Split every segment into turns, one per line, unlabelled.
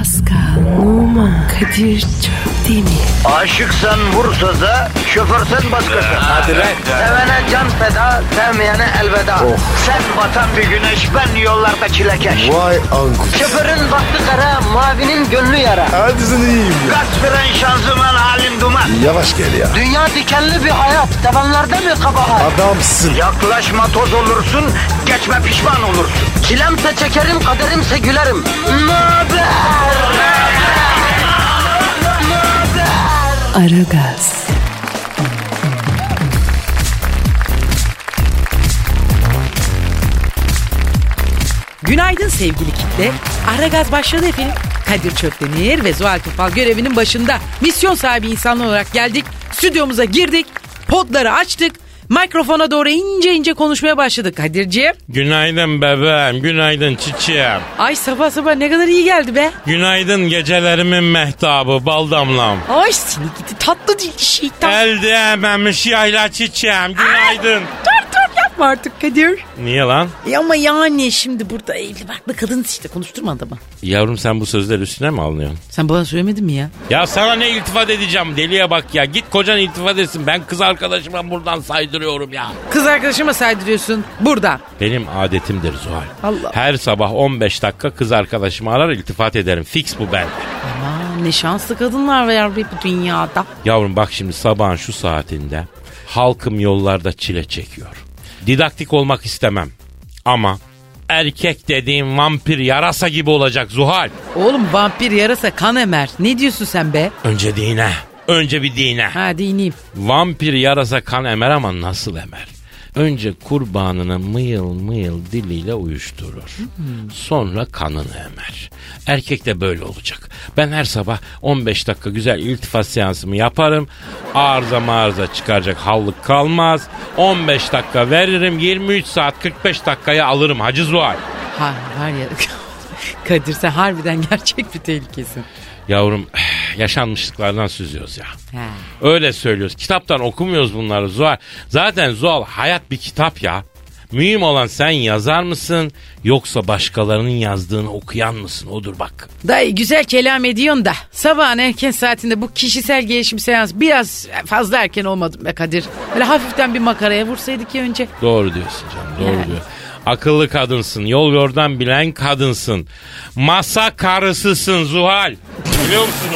Pascal, Oman, Kadir çok değil mi?
Aşıksan vursa da, şoförsen başkasın.
Hadi lan.
Sevene can feda, sevmeyene elveda. Sen batan bir güneş, ben yollarda çilekeş.
Vay anku.
Şoförün baktı kara, mavinin gönlü yara.
Hadi sen iyiyim ya.
Kasperen şanzıman halin duman.
Yavaş gel ya.
Dünya dikenli bir hayat, sevenlerde mi kabahar?
Adamsın.
Yaklaşma toz olursun, geçme pişman olursun. Çilemse çekerim, kaderimse gülerim. Möber!
Aragaz.
Günaydın sevgili kitle. Aragaz başladı efendim. Kadir Çöptemir ve Zuhal Topal görevinin başında. Misyon sahibi insanlar olarak geldik. Stüdyomuza girdik. Podları açtık. Mikrofona doğru ince ince konuşmaya başladık Kadir'ciğim.
Günaydın bebeğim, günaydın çiçeğim.
Ay sabah sabah ne kadar iyi geldi be.
Günaydın gecelerimin mehtabı, bal damlam.
Ay seni gidi tatlı dil şeytan.
El değmemiş yayla çiçeğim, günaydın.
Dur yapma artık Kadir.
Niye lan?
Ama yani şimdi burada evli barklı kadın işte konuşturma adamı.
Yavrum sen bu sözler üstüne mi alıyorsun?
Sen bana söylemedin mi ya?
Ya sana ne iltifat edeceğim, deliye bak ya. Git kocan iltifat etsin, ben kız arkadaşıma buradan saydırıyorum ya.
Kız arkadaşıma saydırıyorsun buradan.
Benim adetimdir Zuhal.
Allah.
Her sabah 15 dakika kız arkadaşımı arar iltifat ederim. Fix bu ben.
Aman ne şanslı kadınlar var bu dünyada.
Yavrum bak şimdi sabahın şu saatinde halkım yollarda çile çekiyor. Didaktik olmak istemem ama erkek dediğim vampir yarasa gibi olacak Zuhal.
Oğlum vampir yarasa kan emer. Ne diyorsun sen be?
Önce dine. Önce bir dine.
Ha dinleyeyim.
Vampir yarasa kan emer ama nasıl emer? Önce kurbanını mıyıl mıyıl diliyle uyuşturur. Sonra kanını emer. Erkek de böyle olacak. Ben her sabah 15 dakika güzel iltifat seansımı yaparım. Arıza çıkaracak hallık kalmaz. 15 dakika veririm. 23 saat 45 dakikaya alırım Hacı Zuhal.
Ha var ya Kadir sen harbiden gerçek bir tehlikesin.
Yavrum yaşanmışlıklardan süzüyoruz ya.
He.
Öyle söylüyoruz. Kitaptan okumuyoruz bunları Zuhal. Zaten Zuhal hayat bir kitap ya. Mühim olan sen yazar mısın yoksa başkalarının yazdığını okuyan mısın? Odur bak.
Dayı güzel kelam ediyorsun da sabahın erken saatinde bu kişisel gelişim seansı biraz fazla erken olmadı be Kadir. Böyle hafiften bir makaraya vursaydık ya önce.
Doğru diyorsun canım, doğru
Yani.
diyor. Akıllı kadınsın, yol yordan bilen kadınsın. Masa karısısın Zuhal. Biliyor musun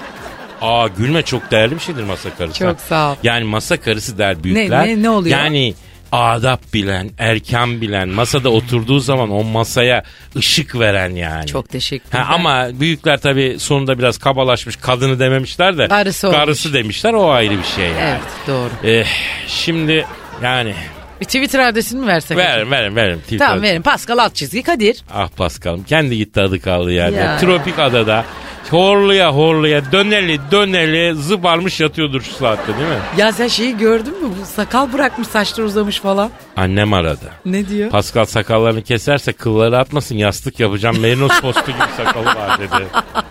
ulan? Gülme çok değerli bir şeydir masa karısı.
Çok sağ ol.
Yani masa karısı der büyükler.
Ne oluyor?
Yani adap bilen, erken bilen, masada oturduğu zaman o masaya ışık veren yani.
Çok teşekkürler.
Ama büyükler tabii sonunda biraz kabalaşmış, kadını dememişler de
Karısı
demişler, o ayrı bir şey yani.
Evet doğru.
Şimdi yani...
Bir Twitter adresini mi versek?
Verin.
Tamam verin. Pascal alt çizgi Kadir.
Ah Paskal'ım kendi gitti adı kaldı yerde.
Ya.
Tropik adada horluya döneli zıbarmış yatıyordur şu saatte değil mi?
Ya sen şeyi gördün mü? Bu sakal bırakmış saçlar uzamış falan.
Annem aradı.
Ne diyor?
Pascal sakallarını keserse kılları atmasın, yastık yapacağım. Merinos postu gibi sakalı var dedi.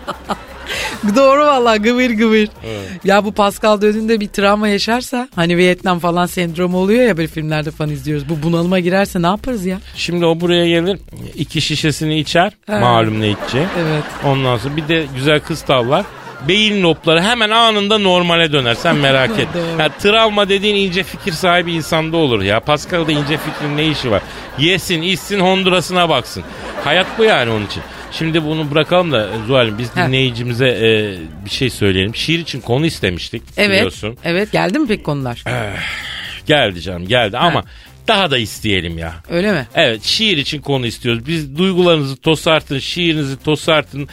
Doğru vallahi gıvır.
Evet.
Ya bu Pascal döndüğünde bir travma yaşarsa hani Vietnam falan sendromu oluyor ya böyle filmlerde falan izliyoruz. Bu bunalıma girerse ne yaparız ya?
Şimdi o buraya gelir 2 şişesini içer.
Ha.
Malum ne içecek.
Evet.
Ondan sonra bir de güzel kız tavlar. Beyin lobları hemen anında normale döner. Sen merak et.
Doğru.
Ya, travma dediğin ince fikir sahibi insanda olur ya. Pascal'da ince fikrin ne işi var? Yesin, içsin, Honduras'ına baksın. Hayat bu yani onun için. Şimdi bunu bırakalım da Zuhal'im biz dinleyicimize bir şey söyleyelim. Şiir için konu istemiştik biliyorsun.
Evet geldi mi pek konular?
Geldi canım geldi ama daha da isteyelim ya.
Öyle mi?
Evet, şiir için konu istiyoruz. Biz duygularınızı tosartın, şiirinizi tosartın.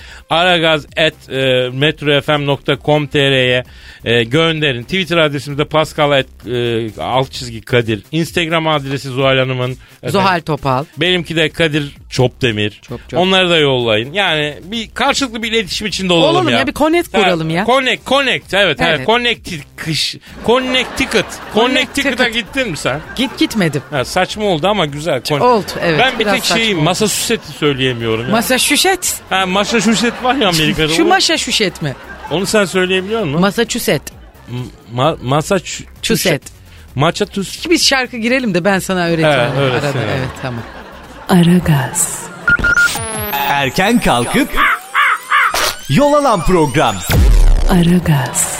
aragaz@metrofm.com.tr'ye gönderin. Twitter adresimizde Pascal@Kadir. Instagram adresi Zuhal Hanım'ın.
Zuhal Topal.
Benimki de Kadir Çopdemir.
Çok.
Onları da yollayın. Yani bir karşılıklı bir iletişim içinde olalım ya.
Bir connect kuralım ya.
Connect. Evet. Connecticut'a gittin mi sen?
Gitmedim.
Saçma oldu ama güzel.
Oldu evet.
Ben bir tek Massachusetts'i söyleyemiyorum ya.
Massachusetts.
Massachusetts var ya Amerika'da.
Şu Massachusetts mi?
Onu sen söyleyebiliyor musun?
Massachusetts.
Massachusetts.
Biz şarkı girelim de ben sana öğreteceğim. Arada. Evet tamam.
Aragaz.
Erken kalkıp
yol alan program.
Aragaz,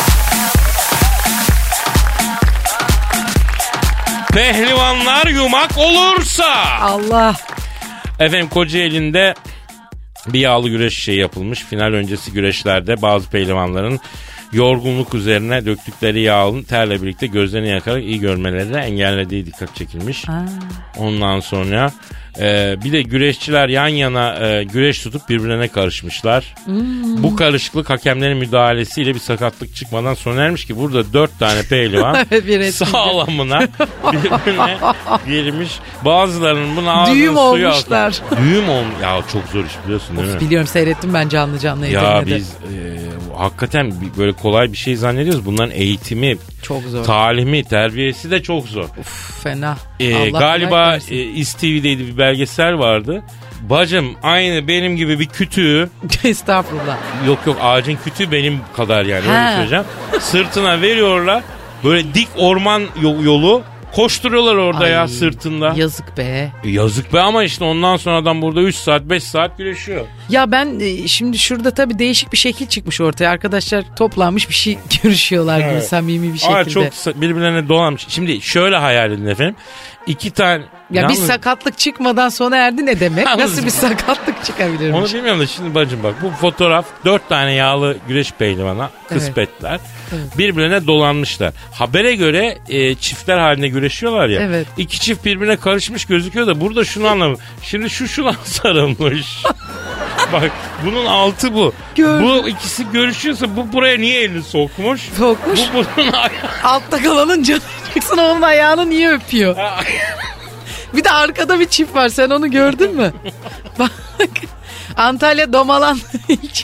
Pehlivanlar yumak olursa.
Allah.
Efendim Kocaeli'nde bir yağlı güreş yapılmış. Final öncesi güreşlerde bazı pehlivanların yorgunluk üzerine döktükleri yağın terle birlikte gözlerini yakarak iyi görmeleri de engellediği dikkat çekilmiş. Ondan sonra bir de güreşçiler yan yana güreş tutup birbirine karışmışlar. Bu karışıklık hakemlerin müdahalesiyle bir sakatlık çıkmadan sona ermiş ki burada 4 tane pehlivan sağlamına birbirine girmiş. Bazılarının buna ağzının
düğüm
suyu
olmuşlar.
Düğüm olmuş. Ya çok zor iş biliyorsun değil mi?
Biliyorum, seyrettim ben canlı
Ya
Edirne'de.
biz hakikaten böyle kolay bir şey zannediyoruz. Bunların eğitimi,
Çok zor.
talimi, terbiyesi de çok zor.
Fena.
Galiba İSTV'deydi bir belgesel vardı. Bacım aynı benim gibi bir kütüğü,
Estağfurullah.
yok ağacın kütüğü benim kadar yani öyle söyleyeceğim. Sırtına veriyorlar böyle dik orman yolu. Koşturuyorlar orada ya sırtında.
Yazık be.
Yazık be ama işte ondan sonra adam burada 3 saat 5 saat güreşiyor.
Ya ben şimdi şurada tabii değişik bir şekil çıkmış ortaya. Arkadaşlar toplanmış bir şey görüşüyorlar gibi samimi bir şekilde.
Ama çok birbirlerine dolanmış. Şimdi şöyle hayal edin efendim. 2 tane...
Ya bir sakatlık çıkmadan sona erdi ne demek?
Yalnız
Nasıl bir sakatlık çıkabilirmiş?
Onu bilmiyorum da şimdi bacım bak bu fotoğraf 4 tane yağlı güreş pehlivana kıspetler birbirine dolanmışlar. Habere göre çiftler halinde güreşiyorlar ya.
Evet.
2 çift birbirine karışmış gözüküyor da burada şunu anlamadım. Şimdi şuna sarılmış. Bak bunun altı bu. Bu ikisi görüşüyorsa bu buraya niye elini sokmuş?
Sokmuş.
Bu bunun ayağı.
Altta kalanın canı çıksın, onun ayağını niye öpüyor? Bir de arkada bir çift var, sen onu gördün mü? Bak Antalya Domalan ilçesi.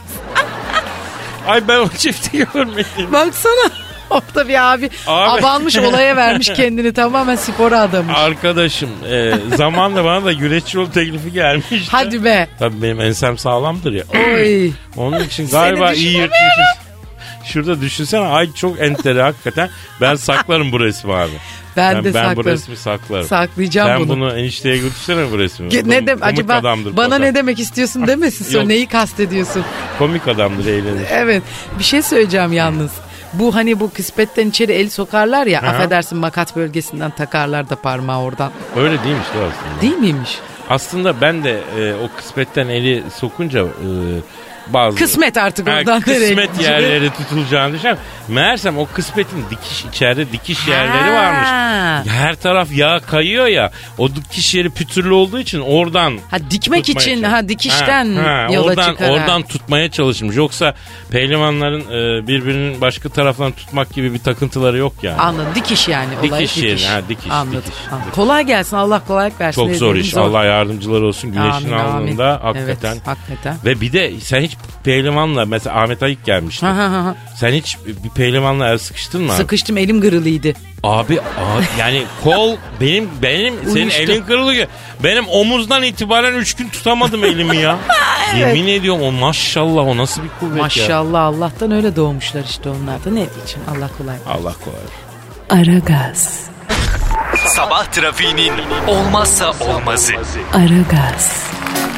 Ay ben o çifti görmedim.
Baksana orada bir abi abanmış, olaya vermiş kendini, tamamen spora adamış.
Arkadaşım zamanla bana da güreşçi yol teklifi gelmiş.
Hadi be.
Tabii benim ensem sağlamdır ya.
Oy.
Onun için galiba iyi yırtmışız. Şurada düşünsene, ay çok enteri hakikaten. Ben saklarım bu resmi abi.
Ben de saklarım.
Ben bu resmi saklarım.
Saklayacağım
sen
bunu.
Sen bunu enişteye götürsene bu resmi.
Ne demek acaba bana ne demek istiyorsun demesin sonra, neyi kastediyorsun?
Komik adamdır, eğlenir.
Evet, bir şey söyleyeceğim yalnız. Bu hani bu kısmetten içeri el sokarlar ya, affedersin makat bölgesinden takarlar da parmağı oradan.
Öyle değilmiş de aslında.
Değil miymiş?
Aslında ben de o kısmetten eli sokunca bazı...
Kısmet artık oradan.
Kısmet yerleri tutulacağını düşünüyorum. Meğersem o kısmetin içeride dikiş yerleri varmış. Her taraf yağ kayıyor ya. O dikiş yeri pütürlü olduğu için oradan...
dikmek için, dikişten yola çıkar.
Oradan tutmaya çalışmış. Yoksa pehlivanların birbirinin başka taraftan tutmak gibi bir takıntıları yok yani.
Anladım. Dikiş yani.
Dikiş yeri. Dikiş.
Anladım. Kolay gelsin. Allah kolaylık versin.
Çok zor iş. Allah yardımcıları olsun. Güneşin alnında hakikaten.
Evet, hakikaten.
Ve bir de sen hiç pehlivanla, mesela Ahmet Ayık gelmişti. Sen hiç bir pehlivanla el sıkıştın mı?
Sıkıştım, elim kırılıydı.
Abi yani kol benim senin elin kırılıyor. Benim omuzdan itibaren 3 gün tutamadım elimi ya. Evet. Yemin ediyorum o maşallah, o nasıl bir kuvvet
maşallah, ya. Allah'tan öyle doğmuşlar işte onlar da, ne diyeceğim, Allah kolay.
Allah kolay.
Aragaz.
Sabah trafiğinin olmazsa olmazı.
Aragaz.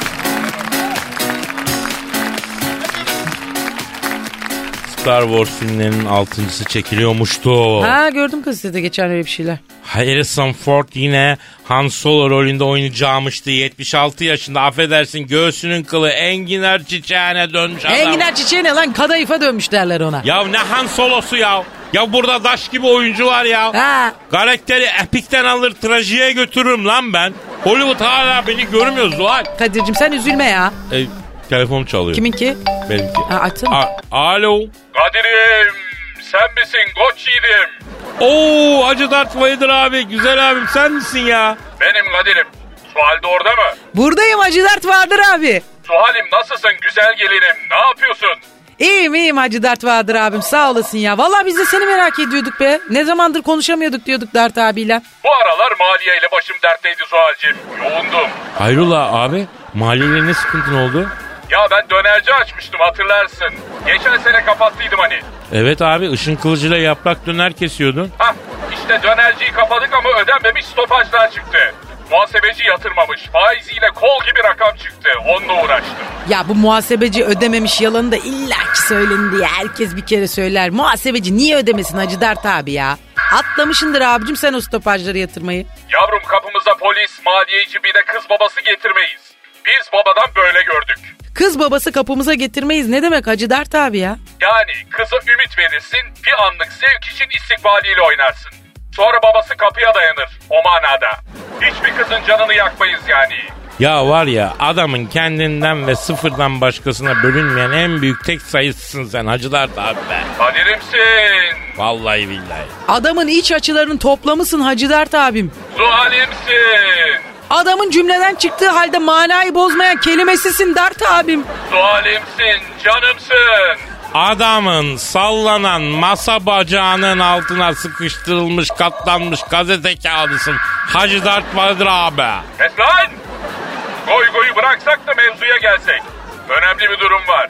Star Wars filmlerinin 6.'sı çekiliyormuştu.
Gördüm gazetede geçen öyle bir şeyler.
Harrison Ford yine Han Solo rolünde oynayacakmıştı. 76 yaşında, affedersin, göğsünün kılı enginar çiçeğine dönmüş adam.
Enginar çiçeğine lan, kadayıfa dönmüş derler ona.
Ya ne Han Solo'su ya? Ya burada daş gibi oyuncu var ya. Karakteri epikten alır, trajiye götürürüm lan ben. Hollywood hala beni görmüyor Zuhal.
Kadir'cim sen üzülme ya.
Telefon çalıyor.
Kiminki?
Benimki.
Açsana.
Alo.
Kadir'im, sen misin koç yiğidim?
Oo, Hacı Darth Vader abi, güzel abim, sen misin ya?
Benim Kadir'im. Suhal de orada mı?
Buradayım Hacı Dert Vardır abi.
Suhal'im nasılsın güzel gelinim, ne yapıyorsun?
İyiyim Hacı Dert Vardır abim, sağ olasın ya. Vallahi biz de seni merak ediyorduk be. Ne zamandır konuşamıyorduk diyorduk Dert abiyle.
Bu aralar maliyeyle başım dertteydi Suhal'cim, yoğundum.
Hayrola abi, maliyeyle ne sıkıntın oldu?
Ya ben dönerci açmıştım, hatırlarsın. Geçen sene kapattıydım hani.
Evet abi, ışın kılıcıyla yaprak döner kesiyordun.
İşte dönerciyi kapadık ama ödenmemiş stopajlar çıktı. Muhasebeci yatırmamış. Faiziyle kol gibi rakam çıktı. Onunla uğraştım.
Ya bu muhasebeci ödememiş yalanı da illaki söylendi ya. Herkes bir kere söyler. Muhasebeci niye ödemesin Hacı Dert abi ya? Atlamışındır abicim sen o stopajları yatırmayı.
Yavrum kapımıza polis, maliyeci bir de kız babası getirmeyiz. Biz babadan böyle gördük.
Kız babası kapımıza getirmeyiz ne demek Hacı Dert abi ya?
Yani kıza ümit verirsin, bir anlık zevk için istikbaliyle oynarsın. Sonra babası kapıya dayanır, o manada. Hiçbir kızın canını yakmayız yani.
Ya var ya adamın kendinden ve sıfırdan başkasına bölünmeyen en büyük tek sayısısın sen Hacı Dert abi be.
Kadir'imsin.
Vallahi billahi.
Adamın iç açılarının toplamısın Hacı Dert abim.
Zuhalimsin.
Adamın cümleden çıktığı halde manayı bozmayan kelimesisin Dert abim.
Zuhalimsin, canımsın.
Adamın sallanan masa bacağının altına sıkıştırılmış katlanmış gazete kağıdısın Hacı Dert Bahadır abi.
Kes lan! Goyu bıraksak da mevzuya gelsek. Önemli bir durum var.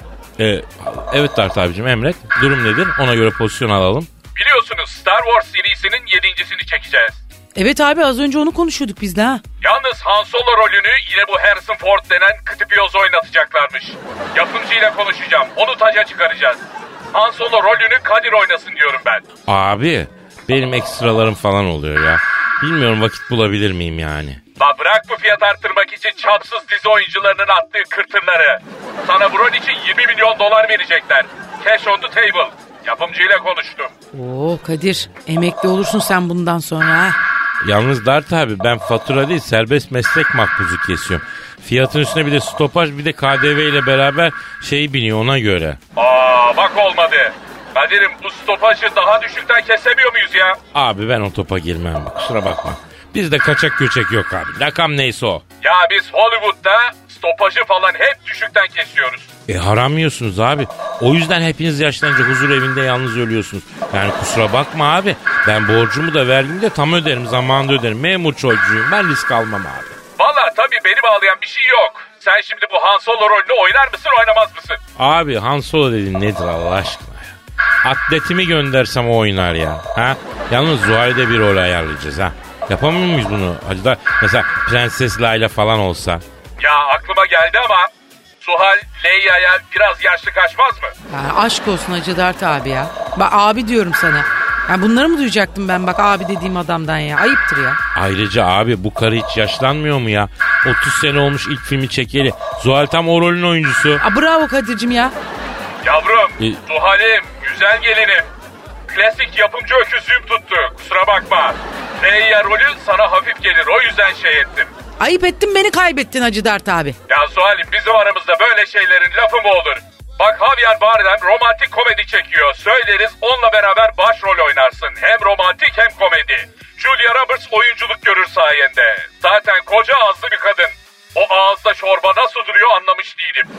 Evet Dert abicim emret. Durum nedir? Ona göre pozisyon alalım.
Biliyorsunuz Star Wars serisinin 7.'sini çekeceğiz.
Evet abi az önce onu konuşuyorduk biz de ha.
Yalnız Han Solo rolünü yine bu Harrison Ford denen kıtıpyoz oynatacaklarmış. Yapımcıyla konuşacağım. Onu taca çıkaracağız. Han Solo rolünü Kadir oynasın diyorum ben.
Abi benim ekstralarım falan oluyor ya. Bilmiyorum vakit bulabilir miyim yani.
La bırak bu fiyat arttırmak için çapsız dizi oyuncularının attığı kırtırları. Sana bu rol için 20 milyon dolar verecekler. Cash on the table. Yapımcıyla konuştum.
Oo Kadir emekli olursun sen bundan sonra ha.
Yalnız Dert abi ben fatura değil serbest meslek makbuzu kesiyorum. Fiyatın üstüne bir de stopaj bir de KDV ile beraber şey biniyor ona göre.
Bak olmadı. Kadir'im bu stopajı daha düşükten kesemiyor muyuz ya?
Abi ben o topa girmem kusura bakma. Bizde kaçak göçek yok abi. Rakam neyse o.
Ya biz Hollywood'da stopajı falan hep düşükten kesiyoruz.
Haram yiyorsunuz abi. O yüzden hepiniz yaşlanınca huzur evinde yalnız ölüyorsunuz. Yani kusura bakma abi. Ben borcumu da verdiğimde tam öderim, zamanında öderim. Memur çocuğuyum. Ben risk almam abi.
Valla tabii beni bağlayan bir şey yok. Sen şimdi bu Han Solo rolünü oynar mısın oynamaz mısın?
Abi Han Solo dediğin nedir Allah aşkına ya? Atletimi göndersem o oynar ya. Ha? Yalnız Zuhal'de bir rol ayarlayacağız ha. Yapamıyor muyuz bunu? Hacıda mesela Prenses Layla falan olsa.
Ya aklıma geldi ama Suhal Leyya'ya biraz yaşlı kaçmaz mı?
Ya aşk olsun Hacı Dert abi ya. Bak abi diyorum sana. Ya bunları mı duyacaktım ben bak abi dediğim adamdan ya. Ayıptır ya.
Ayrıca abi bu karı hiç yaşlanmıyor mu ya? 30 sene olmuş ilk filmi çekeli. Zuhal tam o rolün oyuncusu.
Bravo Kadir'cim ya.
Yavrum, Zuhal'im, güzel gelinim. Klasik yapımcı öküzlüğüm tuttu. Kusura bakma. Leyya rolü sana hafif gelir. O yüzden şey ettim.
Ayıp ettin beni kaybettin Hacı Dert abi.
Ya Zuhal'im bizim aramızda böyle şeylerin lafı mı olur? Bak Javier Bardem romantik komedi çekiyor. Söyleriz onunla beraber başrol oynarsın. Hem romantik hem komedi. Julia Roberts oyunculuk görür sayende. Zaten koca ağızlı bir kadın. O ağızda çorba nasıl duruyor anlamış değilim.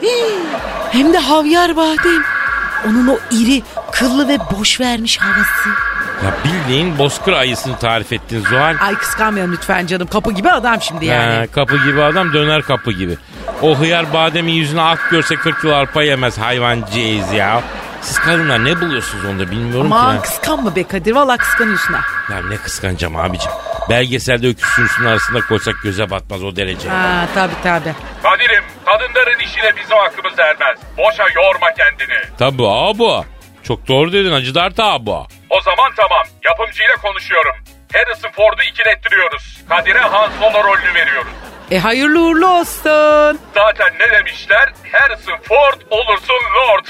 Hem de havyar badem. Onun o iri, kıllı ve boş vermiş havası.
Ya bildiğin bozkır ayısını tarif ettin Zuhal.
Ay kıskanmayalım lütfen canım. Kapı gibi adam şimdi yani.
Kapı gibi adam döner kapı gibi. O hıyar bademin yüzüne ak görse 40 yıl arpa yemez hayvancağız ya. Siz kadınlar ne buluyorsunuz onda bilmiyorum
Aman
ki.
kıskanma be Kadir. Valla kıskanıyorsun ha.
Ya ne kıskanacağım abicim. Belgeselde öküz sürüsünün arasında koysak göze batmaz o derece.
Ha tabii.
Kadir'im kadınların işine bizim aklımız ermez. Boşa yorma kendini.
Tabii abi. Çok doğru dedin Hacı Dert abi.
O zaman tamam. Yapımcıyla konuşuyorum. Harrison Ford'u ikilettiriyoruz. Kadir'e Han Solo rolünü veriyoruz.
Hayırlı uğurlu olsun.
Zaten ne demişler? Harrison Ford olursun Lord.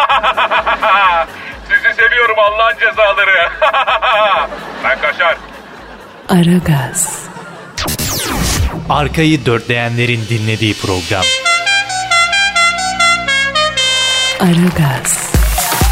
Sizi seviyorum Allah'ın cezaları. Ben kaçar.
Aragaz.
Arkayı dörtleyenlerin dinlediği program.
Aragaz.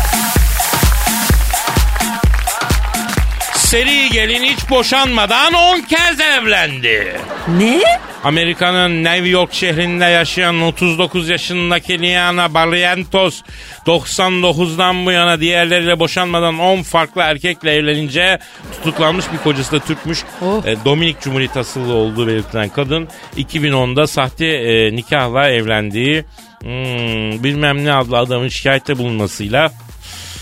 Seri gelin hiç boşanmadan 10 kez evlendi.
Ne?
Amerika'nın New York şehrinde yaşayan 39 yaşındaki Liana Barrientos 99'dan bu yana diğerleriyle boşanmadan 10 farklı erkekle evlenince tutuklanmış, bir kocası da Türkmüş. Dominik Cumhuriyeti asıllı olduğu belirtilen kadın 2010'da sahte nikahla evlendiği bilmem ne adlı adamın şikayette bulunmasıyla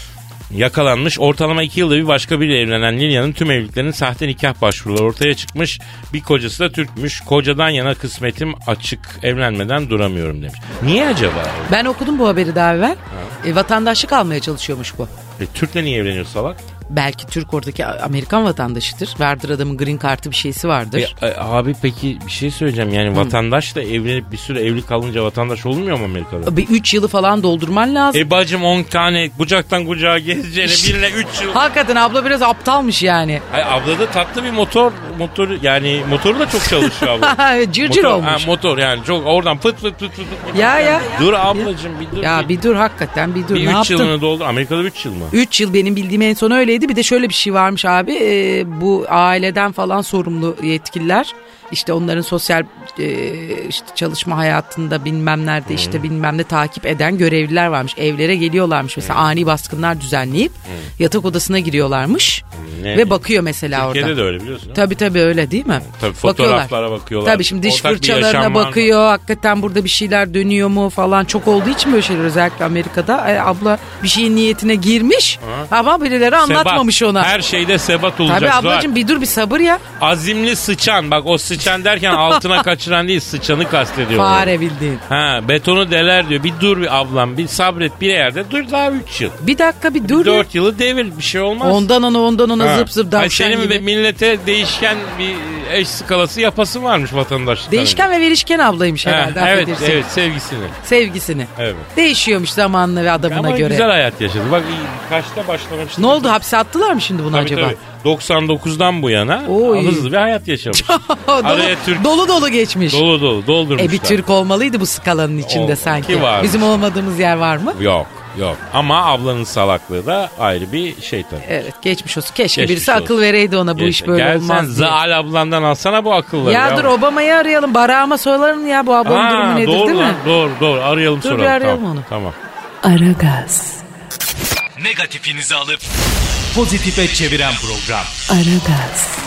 yakalanmış. Ortalama 2 yılda bir başka biriyle evlenen Lilya'nın tüm evliliklerinin sahte nikah başvuruları ortaya çıkmış. Bir kocası da Türkmüş. Kocadan yana kısmetim açık, evlenmeden duramıyorum demiş. Niye acaba?
Ben okudum bu haberi daha evvel. Vatandaşlık almaya çalışıyormuş bu.
Türk'le niye evleniyor salak?
Belki Türk oradaki Amerikan vatandaşıdır. Vardır adamın green kartı bir şeysi vardır.
Abi peki bir şey söyleyeceğim. Yani vatandaşla evlenip bir süre evli kalınca vatandaş olmuyor mu Amerika'da?
Bir 3 yılı falan doldurman lazım.
Bacım 10 tane kucaktan kucağa gezeceğine birine 3 yıl.
Hakikaten abla biraz aptalmış yani.
Abla da tatlı bir motor yani motoru da çok çalışıyor abla.
Cırcır
motor,
olmuş.
Motor yani çok oradan pıt.
Ya.
Dur ablacığım bir dur.
Ya bir dur hakikaten bir dur.
Bir
ne
3
yaptın?
yılını doldu. Amerika'da 3 yıl mı?
3 yıl benim bildiğim en son öyleydi. Bir de şöyle bir şey varmış abi. Bu aileden falan sorumlu yetkililer. İşte onların sosyal işte çalışma hayatında bilmem nerede işte bilmem ne takip eden görevliler varmış. Evlere geliyorlarmış mesela ani baskınlar düzenleyip yatak odasına giriyorlarmış. Ve bakıyor mesela
Türkiye'de
orada.
de öyle biliyorsun.
Tabii öyle değil mi?
Tabii fotoğraflara bakıyorlar.
Tabii şimdi diş
Ortak bir
fırçalarına
yaşam var mı?
bakıyor. Hakikaten burada bir şeyler dönüyor mu falan. Çok olduğu için böyle şeyler özellikle Amerika'da. Abla bir şeyin niyetine girmiş ama birileri anlatmamış ona.
Her şeyde sebat olacak.
Tabii ablacığım bir dur bir sabır ya.
Azimli sıçan. Bak o sıçan derken altına kaçıran değil sıçanı kastediyor.
Fare bildiğin.
Betonu deler diyor. Bir dur bir ablam bir sabret bir yerde dur daha 3 yıl.
Bir dakika bir dur.
4 yılı devir bir şey olmaz.
Ondan ona zıp zıp davşan
senin
gibi.
Senin millete değişken bir eş skalası yapası varmış vatandaşlıkların.
Değişken ve verişken ablaymış herhalde.
Evet sevgisini. Evet.
Değişiyormuş zamanla ve adamına
ama
göre.
Güzel hayat yaşadı. Bak kaçta başlamıştı.
Ne oldu hapse attılar mı şimdi bunu acaba?
Tabii. 99'dan bu yana hızlı bir hayat yaşamış.
Dolu geçmiş.
Dolu doldurmuşlar.
Bir Türk olmalıydı bu skalanın içinde sanki. Bizim olmadığımız yer var mı?
Yok. Ama ablanın salaklığı da ayrı bir şey tabii.
Evet geçmiş olsun. Keşke birisi akıl vereydi ona bu iş böyle olmaz diye.
Sen Zaal ablandan alsana bu akılları.
Ya dur Obama'yı arayalım. Barağıma sorarım ya bu ablanın durumu nedir
doğru
değil mi?
Doğru arayalım
dur
soralım.
Dur bir arayalım onu.
Tamam.
Aragaz.
Negatifinizi alıp pozitife çeviren program.
Aragaz.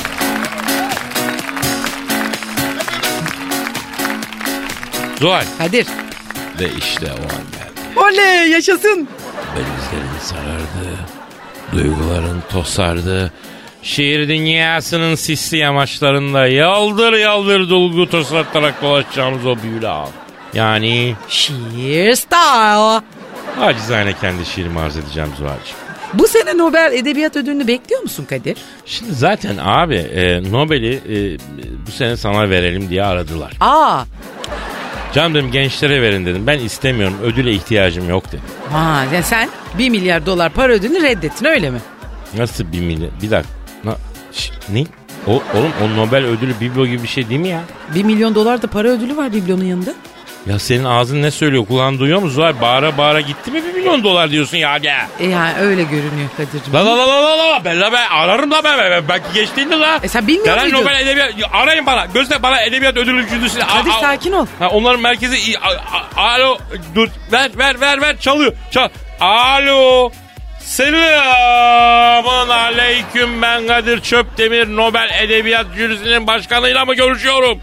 Zuhal.
Kadir.
Ve işte o an geldi.
Oley yaşasın.
Benizlerin sarardı. Duyguların tosardı. Şiir dünyasının sisli yamaçlarında yaldır dulgu tosartarak dolaşacağımız o büyülü ağ. Yani...
Şiir style.
Acizane kendi şiirimi arz edeceğim Zuhal'cığım.
Bu sene Nobel Edebiyat Ödülünü bekliyor musun Kadir?
Şimdi zaten abi Nobel'i bu sene sana verelim diye aradılar. Canım dedim gençlere verin dedim. Ben istemiyorum ödüle ihtiyacım yok dedim.
Yani sen $1 milyar para ödülünü reddettin öyle mi?
Nasıl 1 milyar? Bir dakika. Ne? Oğlum o Nobel ödülü biblo gibi bir şey değil mi ya?
$1 milyon da para ödülü var biblonun yanında.
Ya senin ağzın ne söylüyor? Kulağın duyuyor mu Zuhal? Bağıra gitti mi $1 milyon diyorsun ya?
Yani öyle görünüyor Kadir'cim.
La. Ben ararım la ben. Belki geçtiğinde la.
Sen bilmiyor muydun?
Nobel Edebiyat. Arayın bana. Göster bana Edebiyat Ödülü.
Kadir sakin ol.
Onların merkezi. Alo. Dur. Ver. Çalıyor. Alo. Selamun aleyküm, ben Kadir Çöpdemir, Nobel Edebiyat Jürisi'nin başkanıyla mı görüşüyorum?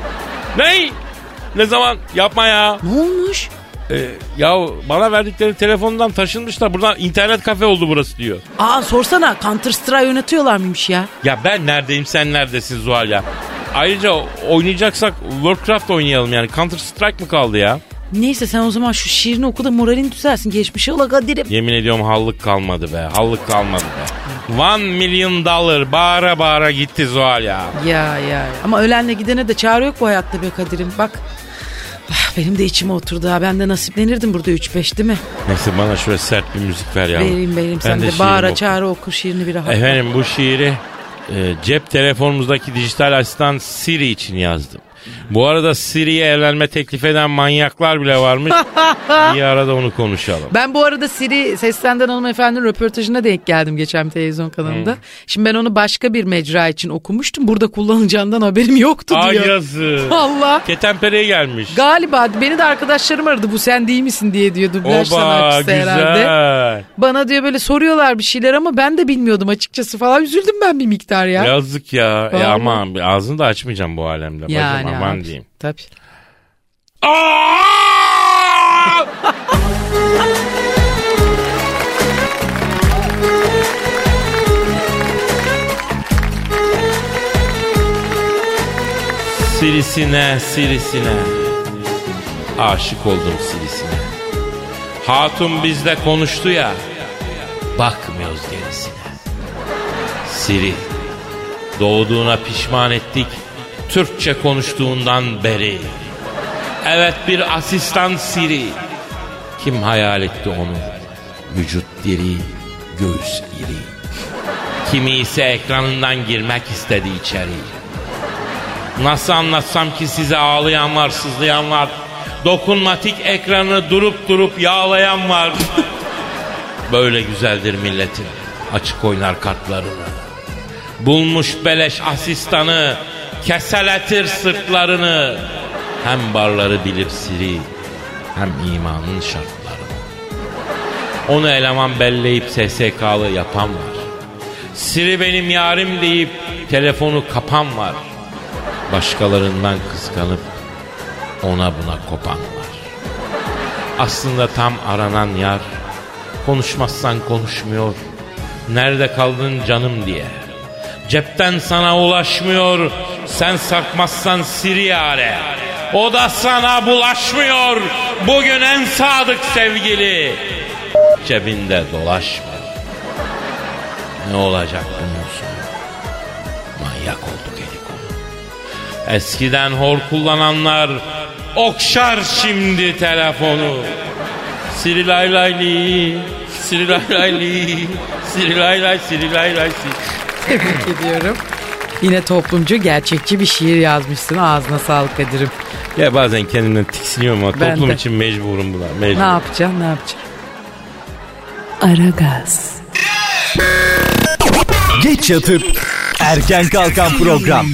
Ne zaman? Yapma ya.
Ne olmuş?
Ya bana verdikleri telefondan taşınmışlar. Buradan internet kafe oldu burası diyor.
Sorsana Counter Strike oynatıyorlar mıymış ya?
Ya ben neredeyim sen neredesin Zuhal ya? Ayrıca oynayacaksak Warcraft oynayalım yani. Counter Strike mı kaldı ya?
Neyse sen o zaman şu şiirini oku da moralin düzelsin. Geçmişe ola Kadir'im.
Yemin ediyorum hallık kalmadı be. $1 milyon bağıra gitti Zuhal ya.
Ya. Ama ölenle gidene de çare yok bu hayatta be Kadir'im. Bak benim de içime oturdu ha. Ben de nasiplenirdim burada 3-5 değil mi?
Neyse bana şöyle sert bir müzik ver ya.
Vereyim. Sen de bağıra çağıra oku şiirini bir rahat.
Efendim bu şiiri cep telefonumuzdaki dijital asistan Siri için yazdım. Bu arada Siri'ye evlenme teklif eden manyaklar bile varmış. Bir arada onu konuşalım.
Ben bu arada Siri Seslenden Hanımefendi'nin röportajına denk geldim geçen televizyon kanalında. Şimdi ben onu başka bir mecra için okumuştum. Burada kullanacağından haberim yoktu diyor.
Ay yazık.
Allah.
Ketenpere'ye gelmiş.
Galiba beni de arkadaşlarım aradı bu sen değil misin diye diyor dublaj sanatçısı herhalde. Bana diyor böyle soruyorlar bir şeyler ama ben de bilmiyordum açıkçası falan. Üzüldüm ben bir miktar ya.
Yazık ya. Ama ağzını da açmayacağım bu alemde.
Yani
bacım, aman diyeyim.
Tabii.
Sirisine, sirisine. Aşık oldum sirisine. Hatun bizde konuştu ya. Bakmıyoruz gerisine. Siri. Doğduğuna pişman ettik. Türkçe konuştuğundan beri. Evet, bir asistan Siri. Kim hayal etti onu? Vücut diri, göğüs iri. Kimi ise ekranından girmek istedi içeri. Nasıl anlatsam ki size, ağlayan var, sızlayan var. Dokunmatik ekranı durup yağlayan var. Böyle güzeldir milletin açık oynar kartlarını. Bulmuş beleş asistanı, keseletir sırtlarını. Hem barları bilir Siri, hem imanın şartlarını. Onu eleman belleyip SSK'lı yapan var. Siri benim yarim deyip telefonu kapan var. Başkalarından kıskanıp ona buna kopan var. Aslında tam aranan yar, konuşmazsan konuşmuyor. Nerede kaldın canım diye. Cepten sana ulaşmıyor. Sen sarkmazsan Siri yare. O da sana bulaşmıyor. Bugün en sadık sevgili cebinde dolaşmıyor. Ne olacak bunun sonu? Manyak olduk helikonu. Eskiden hor kullananlar okşar şimdi telefonu. Siri lay layli, Siri lay layli, Siri lay lay, Siri lay lay.
Tebrik ediyorum. Yine toplumcu, gerçekçi bir şiir yazmışsın. Ağzına sağlık Kadir'im.
Ya bazen kendimden tiksiniyorum ama
Ben
toplum
de.
için mecburum buna. Mecbur.
Ne yapacaksın?
Aragaz,
Geç yatıp erken kalkan program.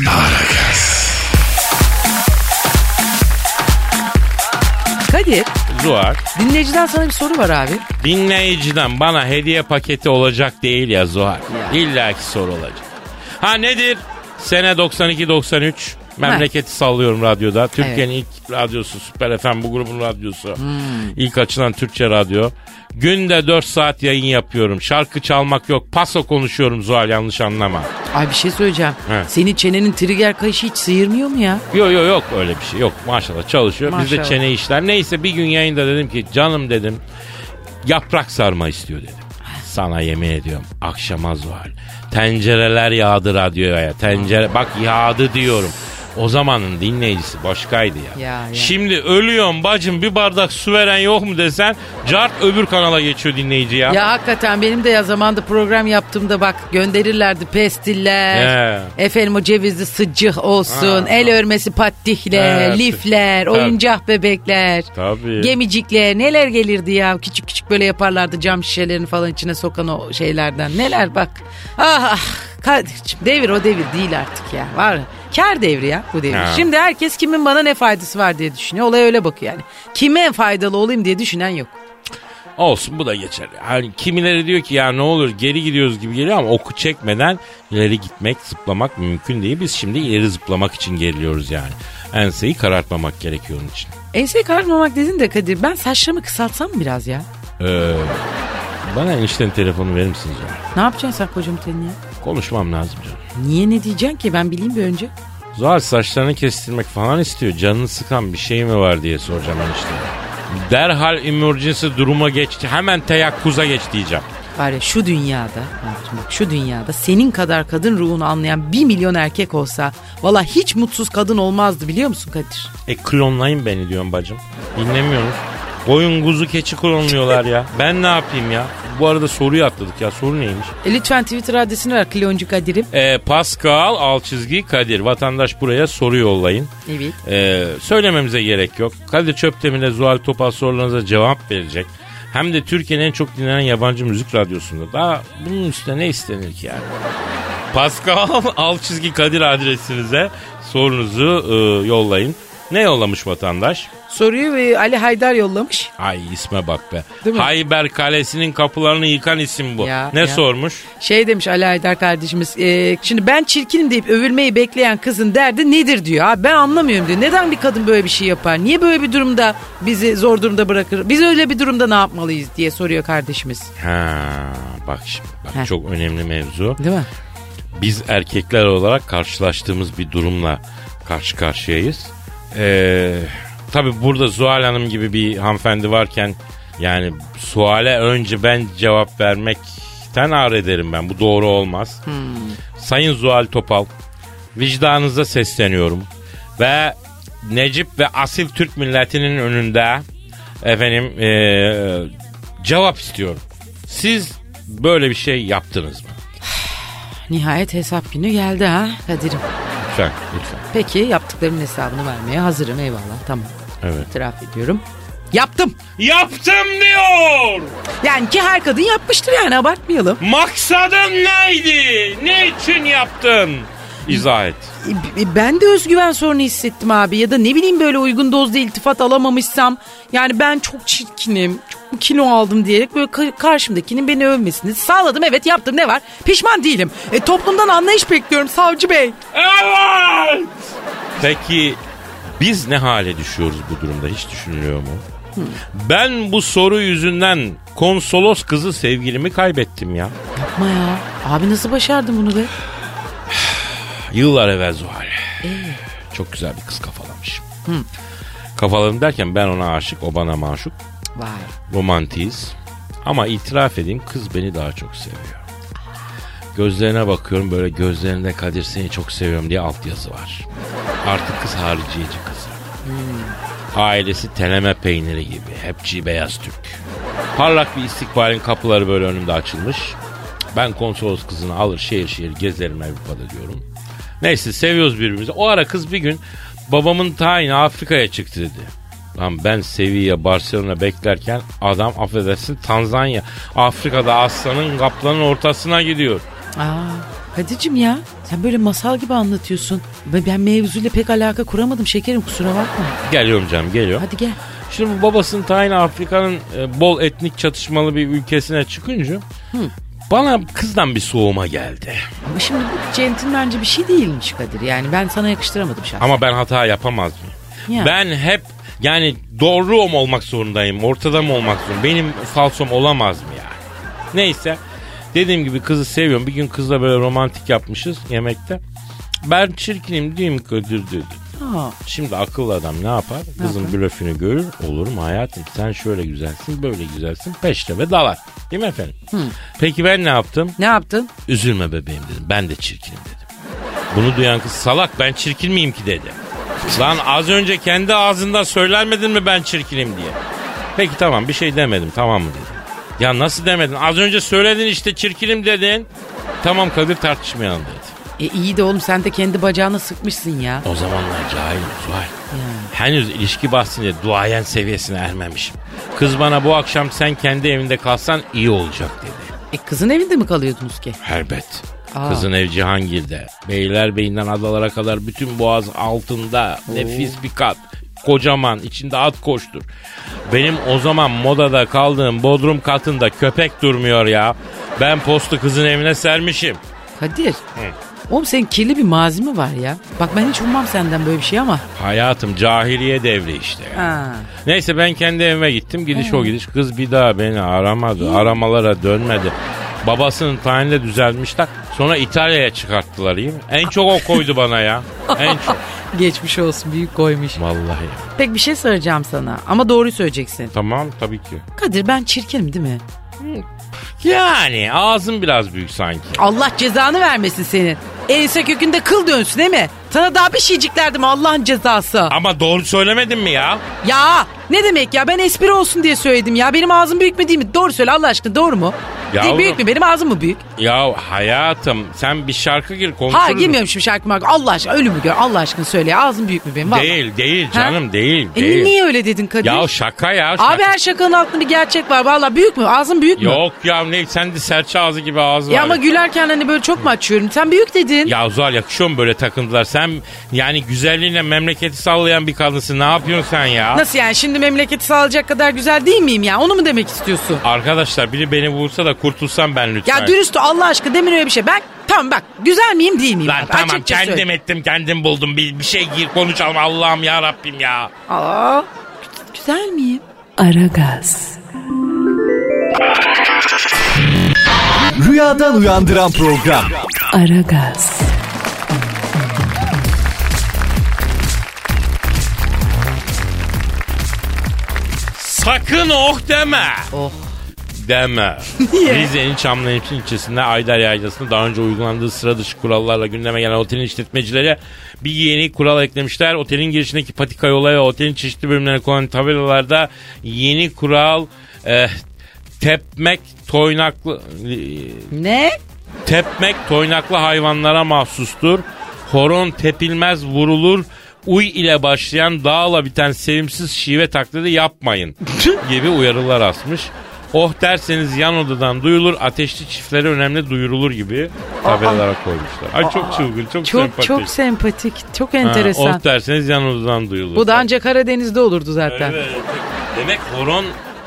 Kadir,
Zuhal,
dinleyiciden sana bir soru var abi.
dinleyiciden bana hediye paketi olacak değil ya Zuhal. İlla ki soru olacak. Ha nedir? Sene 92-93. Memleketi sallıyorum radyoda. Türkiye'nin ilk radyosu Süper FM, bu grubun radyosu. İlk açılan Türkçe radyo. Günde 4 saat yayın yapıyorum. Şarkı çalmak yok. Paso konuşuyorum Zuhal, yanlış anlama.
Ay bir şey söyleyeceğim.
He.
Senin çenenin trigger kayışı hiç sıyırmıyor mu ya?
Yok öyle bir şey yok. Maşallah çalışıyor. Bizde
Maşallah.
çene işler. Neyse bir gün yayında dedim ki canım dedim yaprak sarma istiyor dedim. Sana yemin ediyorum akşama Zuhal. Tencereler yağdı radyoya. Tencere bak yağdı diyorum. O zamanın dinleyicisi başkaydı ya.
Ya.
Şimdi ölüyorum bacım, bir bardak su veren yok mu desen cart öbür kanala geçiyor dinleyici ya.
Ya hakikaten benim de ya zamanda program yaptığımda bak gönderirlerdi pestiller. Efendim o cevizli sıcık olsun. El örmesi pattihler,
Evet.
lifler, oyuncak bebekler.
Tabii.
Gemicikler neler gelirdi ya. Küçük küçük böyle yaparlardı cam şişelerini falan içine sokan o şeylerden. Neler bak. Ah Kadir'cim devir o devir değil artık ya. Var kar devri ya bu devir.
Ha.
Şimdi herkes kimin bana ne faydası var diye düşünüyor. Olay öyle bakıyor yani. Kime en faydalı olayım diye düşünen yok.
Olsun, bu da geçer. Hani kimileri diyor ki ya ne olur geri gidiyoruz gibi geliyor ama oku çekmeden ileri gitmek, zıplamak mümkün değil. Biz şimdi ileri zıplamak için geriliyoruz yani. Enseyi karartmamak gerekiyor onun için.
Enseyi karartmamak dedin de Kadir, ben saçlarımı kısaltsam mı biraz ya?
Bana enişten telefonu verir misiniz ya?
Ne yapacaksın sen kocam senin ya?
Konuşmam lazım canım.
Niye, ne diyeceksin ki, ben bileyim bir önce.
Zuhal saçlarını kestirmek falan istiyor. Canını sıkan bir şey mi var diye soracağım enişte. Derhal emergency duruma geçti. Hemen teyakkuza geç diyeceğim.
Var ya şu dünyada, bak şu dünyada senin kadar kadın ruhunu anlayan 1 milyon erkek olsa valla hiç mutsuz kadın olmazdı, biliyor musun Kadir?
Klonlayın beni diyorum bacım. Dinlemiyorsunuz. Koyun kuzu keçi klonluyorlar ya. Ben ne yapayım ya? Bu arada soruyu atladık ya. Soru neymiş?
Lütfen Twitter adresini ver Kloncu Kadir'im.
Pascal _Kadir. Vatandaş buraya soru yollayın.
Evet.
Söylememize gerek yok. Kadir Çöptemir Zuhal Topal sorularınıza cevap verecek. Hem de Türkiye'nin en çok dinlenen yabancı müzik radyosunda. Daha bunun üstüne ne istenir ki yani? Pascal _Kadir adresinize sorunuzu yollayın. Ne yollamış vatandaş?
Soruyu Ali Haydar yollamış.
Ay isme bak be.
Değil mi?
Hayber Kalesi'nin kapılarını yıkan isim bu. Ne sormuş?
Şey demiş Ali Haydar kardeşimiz. Şimdi ben çirkinim deyip övülmeyi bekleyen kızın derdi nedir diyor. Abi ben anlamıyorum diyor. Neden bir kadın böyle bir şey yapar? Niye böyle bir durumda bizi zor durumda bırakır? Biz öyle bir durumda ne yapmalıyız diye soruyor kardeşimiz.
Bak şimdi. Bak çok önemli mevzu.
Değil mi?
Biz erkekler olarak karşılaştığımız bir durumla karşı karşıyayız. Tabii burada Zuhal Hanım gibi bir hanımefendi varken yani suale önce ben cevap vermekten ağır ederim ben. Bu doğru olmaz. Sayın Zuhal Topal, vicdanınıza sesleniyorum ve Necip ve asil Türk milletinin önünde efendim cevap istiyorum. Siz böyle bir şey yaptınız mı?
Nihayet hesap günü geldi ha Kadir'im.
Lütfen.
Peki yaptıklarımın hesabını vermeye hazırım, eyvallah, tamam.
Evet.
İtiraf ediyorum. Yaptım
diyor.
Yani ki her kadın yapmıştır yani, abartmayalım.
Maksadın neydi? Ne için yaptın? İzah et.
Ben de özgüven sorunu hissettim abi. Ya da ne bileyim, böyle uygun dozda iltifat alamamışsam. Yani ben çok çirkinim, çok kilo aldım diyerek böyle karşımdakinin beni övmesini sağladım. Evet, yaptım, ne var? Pişman değilim. Toplumdan anlayış bekliyorum savcı bey.
Evet. Peki biz ne hale düşüyoruz bu durumda, hiç düşünülüyor mu? Ben bu soru yüzünden konsolos kızı sevgilimi kaybettim ya.
Yapma ya. Abi nasıl başardın bunu be?
Yıllar evvel Zuhal. Çok güzel bir kız kafalamışım. Kafaladım derken ben ona aşık, o bana maşuk.
Vay.
Romantiyiz. Ama itiraf edeyim, kız beni daha çok seviyor. Gözlerine bakıyorum, böyle gözlerinde Kadir seni çok seviyorum diye altyazı var. Artık kız hariciyeci kız. Ailesi teleme peyniri gibi. Hepçi beyaz Türk. Parlak bir istikbalin kapıları böyle önümde açılmış. Ben konsolos kızını alır şehir şehir gezerim Avrupa'da diyorum. Neyse, seviyoruz birbirimizi. O ara kız bir gün babamın tayini Afrika'ya çıktı dedi. Lan ben Sevilla, Barcelona beklerken adam affedersin Tanzanya, Afrika'da aslanın kaplanın ortasına gidiyor.
Kadir'cim ya, sen böyle masal gibi anlatıyorsun. Ben mevzuyla pek alaka kuramadım şekerim, kusura bakma.
Geliyorum canım, geliyorum.
Hadi gel.
Şimdi bu babasının tayini Afrika'nın bol etnik çatışmalı bir ülkesine çıkınca bana kızdan bir soğuma geldi.
Ama şimdi bu centilmence bir şey değilmiş Kadir. Yani ben sana yakıştıramadım şahsen.
Ama ben hata yapamaz mıyım?
Ya.
Ben hep yani doğru mu olmak zorundayım, ortada mı olmak zorundayım? Benim falsom olamaz mı yani? Neyse, dediğim gibi kızı seviyorum. Bir gün kızla böyle romantik yapmışız yemekte. Ben çirkinim değil mi Kadir dedi. Şimdi akıllı adam ne yapar? Kızın blöfünü görür. Olur mu hayatım? Sen şöyle güzelsin, böyle güzelsin. Peşte ve dalar. Değil mi efendim? Peki ben ne yaptım?
Ne yaptın?
Üzülme bebeğim dedim. Ben de çirkinim dedim. Bunu duyan kız salak, ben çirkin miyim ki dedi. Lan az önce kendi ağzından söylemedin mi ben çirkinim diye? Peki tamam, bir şey demedim, tamam mı dedim. Ya nasıl demedin? Az önce söyledin işte, çirkinim dedin. Tamam Kadir, tartışmayalım dedi.
İyi de oğlum, sen de kendi bacağına sıkmışsın ya.
O zamanlar cahilim Zuhal. Henüz ilişki bahsinde duayen seviyesine ermemişim. Kız bana bu akşam sen kendi evinde kalsan iyi olacak dedi.
Kızın evinde mi kalıyordunuz ki?
Elbet. Kızın ev Cihangir'de. Beylerbeyi'nden adalara kadar bütün boğaz altında. Nefis bir kat. Kocaman, içinde at koştur. Benim o zaman modada kaldığım bodrum katında köpek durmuyor ya. Ben postu kızın evine sermişim.
Kadir. Oğlum senin kirli bir mazi mi var ya? Bak ben hiç ummam senden böyle bir şey ama.
Hayatım cahiliye devri işte. Neyse ben kendi evime gittim. Gidiş o gidiş. Kız bir daha beni aramadı. Aramalara dönmedi. Babasının tayinle düzeltmişler. Sonra İtalya'ya çıkarttılar iyi mi? En çok o koydu bana ya. En çok.
Geçmiş olsun, büyük koymuş.
Vallahi.
Peki bir şey söyleyeceğim sana ama doğruyu söyleyeceksin.
Tamam tabii ki.
Kadir, ben çirkinim değil mi?
Yani ağzın biraz büyük sanki.
Allah cezanı vermesin senin. Ense kökünde kıl dönsün değil mi? Sana daha bir şeyciklerdim Allah'ın cezası.
Ama doğru söylemedin mi ya?
Ya ne demek ya, ben espri olsun diye söyledim ya. Benim ağzım büyük mü değil mi? Doğru söyle Allah aşkına, doğru mu?
Yavrum,
büyük mü, benim ağzım mı büyük?
Ya hayatım sen bir şarkı gir konuşuruz.
Ha girmiyorum şimdi şarkı. Allah aşkına, ölümü gör Allah aşkına söyle ya, ağzım büyük mü benim? Vallahi.
Değil canım, değil.
Niye öyle dedin Kadir?
Ya şaka ya. Şaka.
Abi her şakanın altında bir gerçek var. Vallahi büyük mü? Ağzım büyük mü?
Yok ya, ne sen de serçe ağzı gibi ağzı var.
Ya ama gülerken hani böyle çok mu açıyorum? Sen büyük dedin.
Ya Zuhal, yakışıyor mu böyle takıntılar? Sen yani güzelliğinle memleketi sallayan bir kadınsın. Ne yapıyorsun sen ya?
Nasıl yani, şimdi memleketi sağlayacak kadar güzel değil miyim ya? Onu mu demek istiyorsun?
Arkadaşlar biri beni vursa da kurtulsam ben lütfen.
Ya dürüst Allah aşkına, demin öyle bir şey. Ben tamam bak, güzel miyim değil miyim?
Lan tamam, kendim ettim kendim buldum. Bir şey gir konuşalım, Allah'ım ya Rabbim ya.
Güzel miyim?
Aragaz.
Rüyadan uyandıran program.
Aragaz.
Sakın oh deme.
Oh.
Deme.
Niye?
Rize'nin Çamlıhemşin ilçesinde Aydar Yaylası'nda daha önce uygulandığı sıra dışı kurallarla gündeme gelen otelin işletmecileri bir yeni kural eklemişler. Otelin girişindeki patika yola ve otelin çeşitli bölümlerine konan tabelalarda yeni kural tepmek toynaklı...
Ne?
Tepmek toynaklı hayvanlara mahsustur. Horon tepilmez, vurulur. Uy ile başlayan dağla biten sevimsiz şive taklidi yapmayın gibi uyarılar asmış. Oh derseniz yan odadan duyulur, ateşli çiftlere önemli duyurulur gibi tabelalara koymuşlar. Ay çok çılgın, çok sempatik.
Çok sempatik, çok enteresan.
Oh derseniz yan odadan duyulur.
Bu da ancak Karadeniz'de olurdu zaten.
Evet. Demek horon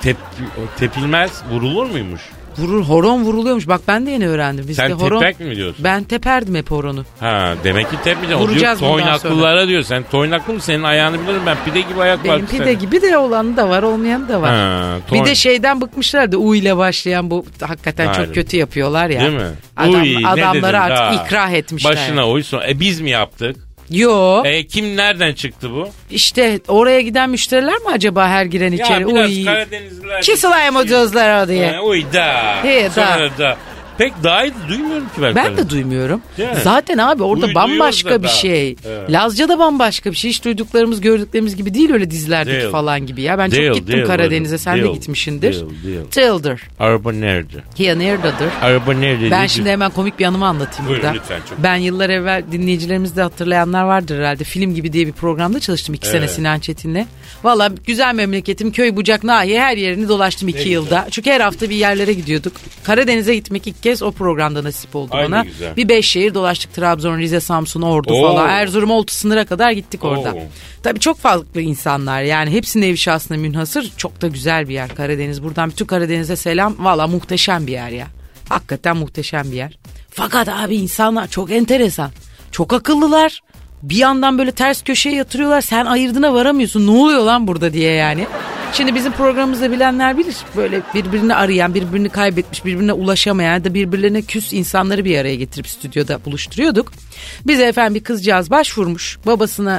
tepilmez, vurulur muymuş?
Horon vuruluyormuş. Bak ben de yeni öğrendim. Bizde
Sen
horon,
tepek mi diyorsun?
Ben teperdim hep horonu.
Ha, demek ki tepmeyeceksin.
Vuracağız
o diyor,
bundan
toynaklılara diyor. Sen toynaklı mı? Senin ayağını bilirim ben. Pide gibi ayak var.
Benim pide gibi de olanı da var, olmayanı da var.
Ha,
bir de şeyden bıkmışlardı. U ile başlayan bu hakikaten
Aynen.
çok kötü yapıyorlar ya.
Değil mi?
Adamları artık
daha?
ikrah etmişler.
Başına uy sonra. Biz mi yaptık?
Yo.
Kim nereden çıktı bu?
İşte oraya giden müşteriler mi acaba her giren içeri?
Ya biraz
Uy.
Karadenizliler.
Kesileyim o gözler diye.
Uy da.
He,
sonra da. Pek daha iyi duymuyorum ki
ben de duymuyorum.
Değil mi?
Zaten abi orada
Uy,
bambaşka bir
da.
şey.
Evet.
Lazca'da bambaşka bir şey. Hiç duyduklarımız gördüklerimiz gibi değil öyle dizilerdeki
Değil.
falan gibi ya. Ben
Değil,
çok gittim
değil,
Karadeniz'e. Sen de
değil,
gitmişsindir.
değil.
Tildir.
Araba nerede?
Ya nerededir?
Araba nerede?
Ben şimdi hemen komik bir anımı anlatayım
Buyurun,
burada.
lütfen, çok.
Ben yıllar evvel dinleyicilerimiz de hatırlayanlar vardır herhalde. Film gibi diye bir programda çalıştım 2 sene Sinan Çetin'le. Valla güzel memleketim, köy bucak nahiye her yerini dolaştım 2 yılda. Çünkü her hafta bir yerlere gidiyorduk. Karadeniz'e gitmek ilk kez o programda nasip oldu
Ay,
bana.
güzel.
Bir 5 şehir dolaştık. Trabzon, Rize, Samsun, Ordu
Oo.
falan. Erzurum, Oltu sınıra kadar gittik orada.
Oo.
Tabii çok farklı insanlar yani hepsinin evi şahsına münhasır. Çok da güzel bir yer Karadeniz. Buradan bütün Karadeniz'e selam. Valla muhteşem bir yer ya. Hakikaten muhteşem bir yer. Fakat abi insanlar çok enteresan. Çok akıllılar. Bir yandan böyle ters köşeye yatırıyorlar. Sen ayırdına varamıyorsun. Ne oluyor lan burada diye yani. Şimdi bizim programımızda bilenler bilir. Böyle birbirini arayan, birbirini kaybetmiş, birbirine ulaşamayan ya da birbirlerine küs insanları bir araya getirip stüdyoda buluşturuyorduk. Bize efendim bir kızcağız başvurmuş. Babasına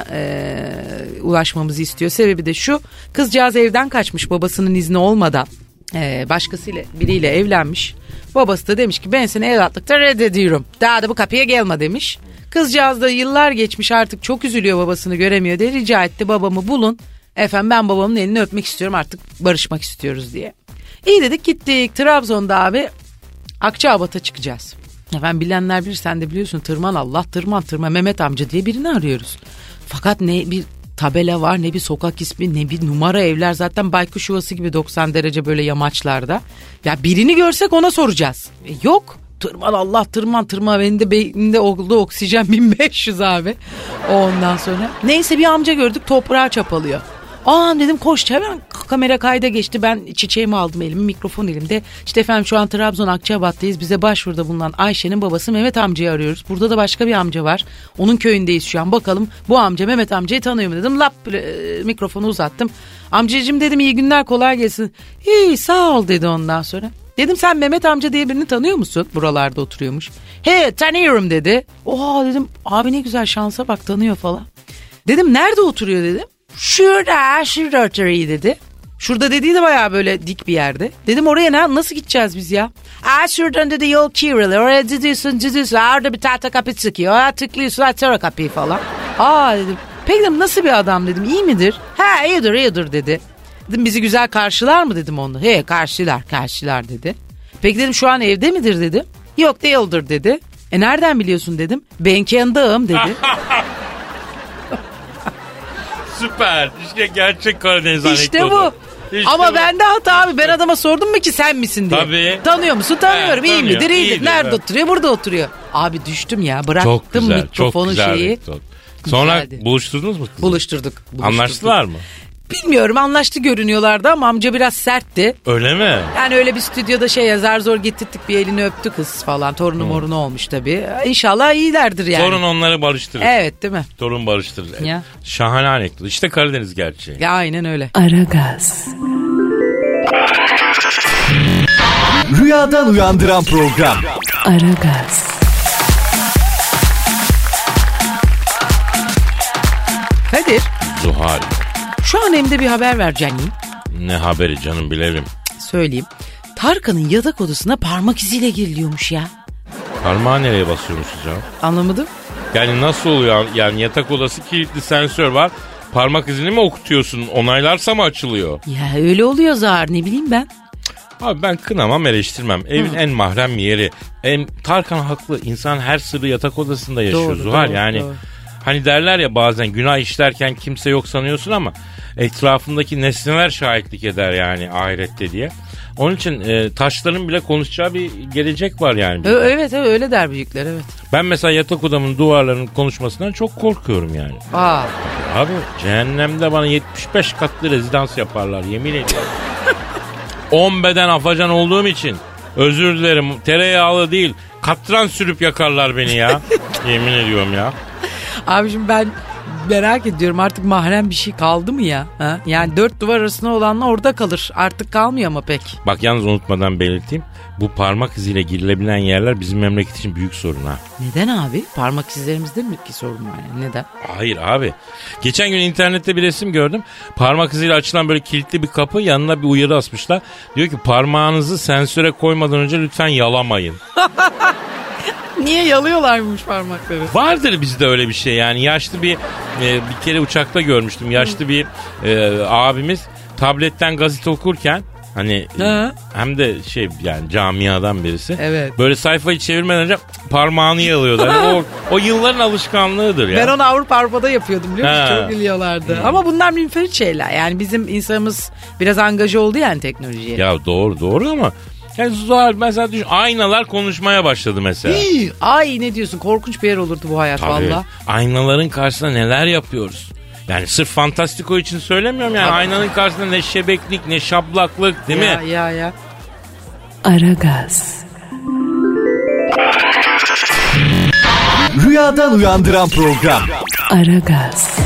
ulaşmamızı istiyor. Sebebi de şu. Kızcağız evden kaçmış babasının izni olmadan. Başkasıyla biriyle evlenmiş. Babası da demiş ki ben seni evlatlıkta reddediyorum. Daha da bu kapıya gelme demiş. Kızcağız da yıllar geçmiş artık çok üzülüyor babasını göremiyor diye rica etti babamı bulun. Efendim ben babamın elini öpmek istiyorum artık barışmak istiyoruz diye. İyi dedik gittik Trabzon'da abi Akçaabat'a çıkacağız. Efendim bilenler bilir sen de biliyorsun tırman Allah tırman Mehmet amca diye birini arıyoruz. Fakat ne bir tabela var ne bir sokak ismi ne bir numara evler zaten baykuş yuvası gibi 90 derece böyle yamaçlarda. Ya birini görsek ona soracağız. Yok. Tırman Allah tırman beyninde oldu oksijen 1500 abi. Ondan sonra neyse bir amca gördük toprağa çapalıyor. Aa dedim koş hemen kamera kayda geçti. Ben çiçeğimi aldım elime mikrofon elimde. İşte efendim şu an Trabzon Akçabat'tayız. Bize başvuruda bulunan Ayşe'nin babası Mehmet amcayı arıyoruz. Burada da başka bir amca var. Onun köyündeyiz şu an. Bakalım bu amca Mehmet amcayı tanıyor mu dedim. Mikrofonu uzattım. Amcacığım dedim iyi günler kolay gelsin. İyi sağ ol dedi ondan sonra. Dedim sen Mehmet amca diye birini tanıyor musun? Buralarda oturuyormuş. He tanıyorum dedi. Oha dedim abi ne güzel şansa bak tanıyor falan. Dedim nerede oturuyor dedim. Şurada oturuyor dedi. Şurada dediği de bayağı böyle dik bir yerde. Dedim oraya nasıl gideceğiz biz ya? Şuradan dedi yol kiralı. Oraya gidiyorsun. Orada bir tahta kapı çıkıyor. Oraya tıklıyorsun açıyor kapıyı falan. Dedim. Peki dedim nasıl bir adam dedim. İyi midir? İyidir dedi. Dedim bizi güzel karşılar mı dedim onu. Karşılar dedi. Peki dedim şu an evde midir dedim. Yok değildir dedi. Nereden biliyorsun dedim. Ben kendiyim dedi.
Süper. İşte gerçek Karadeniz anekdotu.
İşte bu.
İşte
ama
bu.
bende hata abi. Ben adama sordum mu ki sen misin diye.
Tabii.
Tanıyor musun? Tanıyorum. İyi
tanıyor.
midir? İyidir.
İyidir,
Nerede
evet.
oturuyor? Burada oturuyor. Abi düştüm ya. Bıraktım
Çok güzel,
mikrofonu
çok güzel
şeyi.
anekdot. Sonra
Güzeldi.
buluşturdunuz mu kızı?
Buluşturduk.
Anlaştılar mı?
Bilmiyorum anlaştı görünüyorlardı ama amca biraz sertti.
Öyle mi?
Yani öyle bir stüdyoda zar zor getirttik bir elini öptü kız falan. Torunu olmuş tabii. İnşallah iyilerdir yani.
Torun onları barıştırır.
Evet değil mi?
Torun barıştırır.
Ya.
Şahane anekdot. İşte Karadeniz gerçeği.
Ya aynen öyle.
Aragaz,
Rüyadan uyandıran program.
Aragaz,
Kadir
Zuhal.
şu an elimde bir haber ver Canım.
Ne haberi canım bilelim.
Söyleyeyim. Tarkan'ın yatak odasına parmak iziyle giriliyormuş ya.
Parmağı nereye basıyormuşuz canım?
Anlamadım.
Yani nasıl oluyor? Yani yatak odası kilitli sensör var. Parmak izini mi okutuyorsun? Onaylarsa mı açılıyor?
Ya öyle oluyor Zahar, ne bileyim ben.
Abi ben kınamam, eleştirmem. Evin en mahrem yeri. Tarkan haklı. İnsan her sırrı yatak odasında yaşıyor.
Doğru,
Zuhal
doğru,
yani.
doğru.
Hani derler ya bazen günah işlerken kimse yok sanıyorsun ama etrafındaki nesneler şahitlik eder yani ahirette diye. Onun için taşların bile konuşacağı bir gelecek var yani.
Evet öyle der büyükler, evet.
Ben mesela yatak odamın duvarlarının konuşmasından çok korkuyorum yani.
Aa.
Abi cehennemde bana 75 katlı rezidans yaparlar yemin ediyorum. 10 beden afacan olduğum için özür dilerim, tereyağlı değil katran sürüp yakarlar beni ya. Yemin ediyorum ya.
Abi şimdi ben merak ediyorum, artık mahrem bir şey kaldı mı ya? Ha? Yani 4 duvar arasında olanla orada kalır. Artık kalmıyor ama pek.
Bak yalnız unutmadan belirteyim. Bu parmak iziyle girilebilen yerler bizim memleket için büyük sorun ha.
Neden abi? Parmak izlerimizde mi ki sorun var yani? Neden?
Hayır abi. Geçen gün internette bir resim gördüm. Parmak iziyle açılan böyle kilitli bir kapı, yanına bir uyarı asmışlar. Diyor ki parmağınızı sensöre koymadan önce lütfen yalamayın.
Niye yalıyorlarmış parmakları?
Vardır bizde öyle bir şey yani. Yaşlı bir kere uçakta görmüştüm. Yaşlı bir abimiz tabletten gazete okurken hani hem de yani camiadan birisi.
Evet.
Böyle sayfayı çevirmeden önce parmağını yalıyordu. Hani o yılların alışkanlığıdır ya.
Ben onu Avrupa'da yapıyordum biliyor musun?
Ha.
Çok gülüyorlardı. Ama bunlar münferit şeyler. Yani bizim insanımız biraz angaja oldu yani teknolojiye.
Ya doğru ama yani Zuhal mesela düşün, aynalar konuşmaya başladı mesela.
Ay ne diyorsun, korkunç bir yer olurdu bu hayat valla.
Aynaların karşısında neler yapıyoruz? Yani sırf fantastiko için söylemiyorum yani. Aynanın karşısında ne şebeklik ne şablaklık değil mi?
Ya.
Aragaz.
Rüyadan uyandıran program.
Aragaz.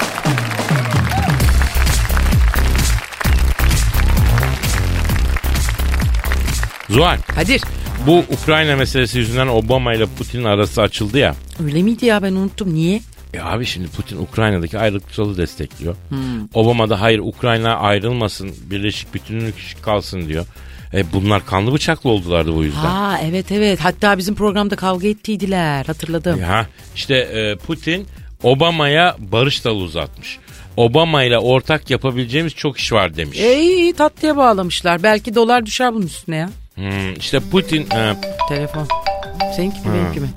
Zuhal,
Kadir.
bu Ukrayna meselesi yüzünden Obama ile Putin'in arası açıldı ya.
Öyle miydi ya, ben unuttum, niye?
Abi şimdi Putin Ukrayna'daki ayrılıkçılığı destekliyor. Obama da hayır Ukrayna ayrılmasın, birleşik bütünlük kalsın diyor. Bunlar kanlı bıçaklı oldulardı bu yüzden.
Ha evet, hatta bizim programda kavga ettiydiler, hatırladım.
Ya işte Putin Obama'ya barış dalı uzatmış. Obama ile ortak yapabileceğimiz çok iş var demiş.
İyi tatlıya bağlamışlar, belki dolar düşer bunun üstüne ya.
İşte Putin...
Telefon. Seninki mi benimki mi?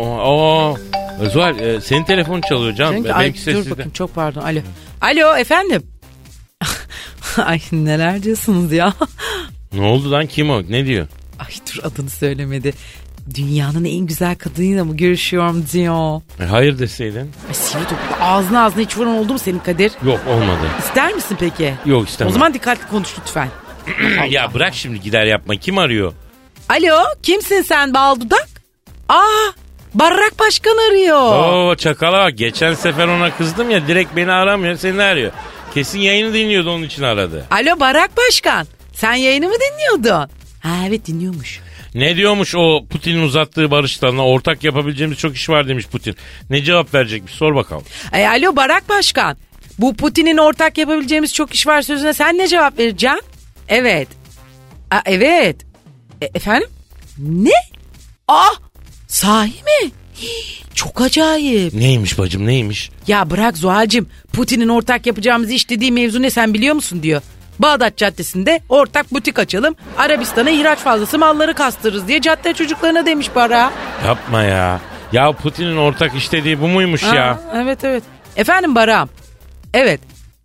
Zuhal senin telefonun çalıyor canım.
Seninki,
Benimki
dur
sessizde.
bakayım, çok pardon. Alo efendim. Ay neler diyorsunuz ya.
Ne oldu lan, kim o, ne diyor?
Ay dur, adını söylemedi. Dünyanın en güzel kadınıyla mı görüşüyorum diyor.
Hayır deseydin.
Ay sivri topuklu, ağzına hiç vuran oldu mu senin Kadir?
Yok olmadı.
İster misin peki?
Yok istemem.
O zaman dikkatli konuş lütfen.
Ya bırak şimdi gider yapma, kim arıyor?
Alo, kimsin sen bal dudak? Barrak Başkan arıyor.
Oo çakala bak, geçen sefer ona kızdım ya, direkt beni aramıyor, seni arıyor. Kesin yayını dinliyordu, onun için aradı.
Alo Barrak Başkan, sen yayını mı dinliyordun? Ha evet, dinliyormuş.
Ne diyormuş o Putin'in uzattığı barış dalına? Ortak yapabileceğimiz çok iş var demiş Putin. Ne cevap verecekmiş, sor bakalım.
Alo Barrak Başkan, bu Putin'in ortak yapabileceğimiz çok iş var sözüne sen ne cevap vereceksin? Evet. Evet. Efendim? Ne? Sahi mi? Çok acayip.
Neymiş bacım, neymiş?
Ya bırak Zuhal'cığım, Putin'in ortak yapacağımız iş dediği mevzu ne, sen biliyor musun diyor. Bağdat Caddesi'nde ortak butik açalım, Arabistan'a ihraç fazlası malları kastırırız diye cadde çocuklarına demiş para.
Yapma ya. Ya Putin'in ortak iş dediği bu muymuş ya?
Evet. Efendim Baram. Evet.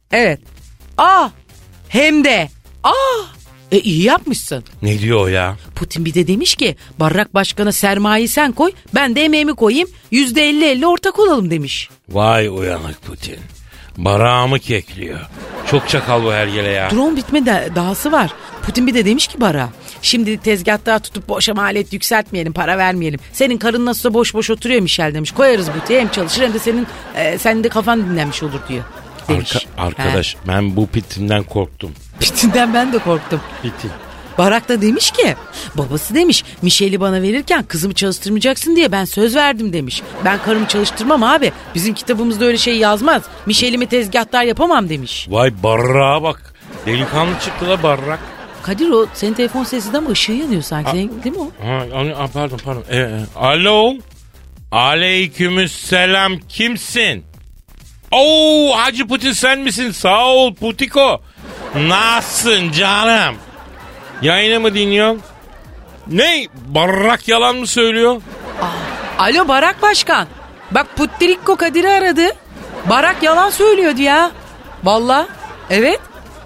Hem de. İyi yapmışsın.
Ne diyor o ya?
Putin bir de demiş ki Barrak Başkan'a sermayeyi sen koy, ben de emeğimi koyayım, %50-50 ortak olalım demiş.
Vay uyanık Putin. Barağımı kekliyor. Çok çakal bu hergele ya.
Drone bitmedi, dahası var. Putin bir de demiş ki Bara, şimdi tezgahta tutup boşa maliyet yükseltmeyelim, para vermeyelim. Senin karın nasılsa boş boş oturuyor Michel demiş. Koyarız butiğe, hem çalışır hem de senin de kafan dinlenmiş olur diyor. Demiş.
Arkadaş ben bu Putin'den korktum.
Putin'den ben de korktum.
Putin.
Barak da demiş ki, babası demiş Michel'i bana verirken kızımı çalıştırmayacaksın diye ben söz verdim demiş. Ben karımı çalıştırmam abi, bizim kitabımızda öyle şey yazmaz. Michel'imi tezgahtar yapamam demiş.
Vay barrağa bak. Delikanlı çıktı la Barrak.
Kadir o senin telefon sesinden mi ışığı yanıyor sanki değil mi o?
Pardon. Alo. Aleykümselam, kimsin? Oo, Hacı Putin sen misin? Sağ ol Putiko. Nasılsın canım? Yayını mı dinliyorsun? Ne? Barrak yalan mı söylüyor?
Alo Barak Başkan. Bak Putirikko Kadir'i aradı. Barak yalan söylüyordu ya. Vallahi. Evet.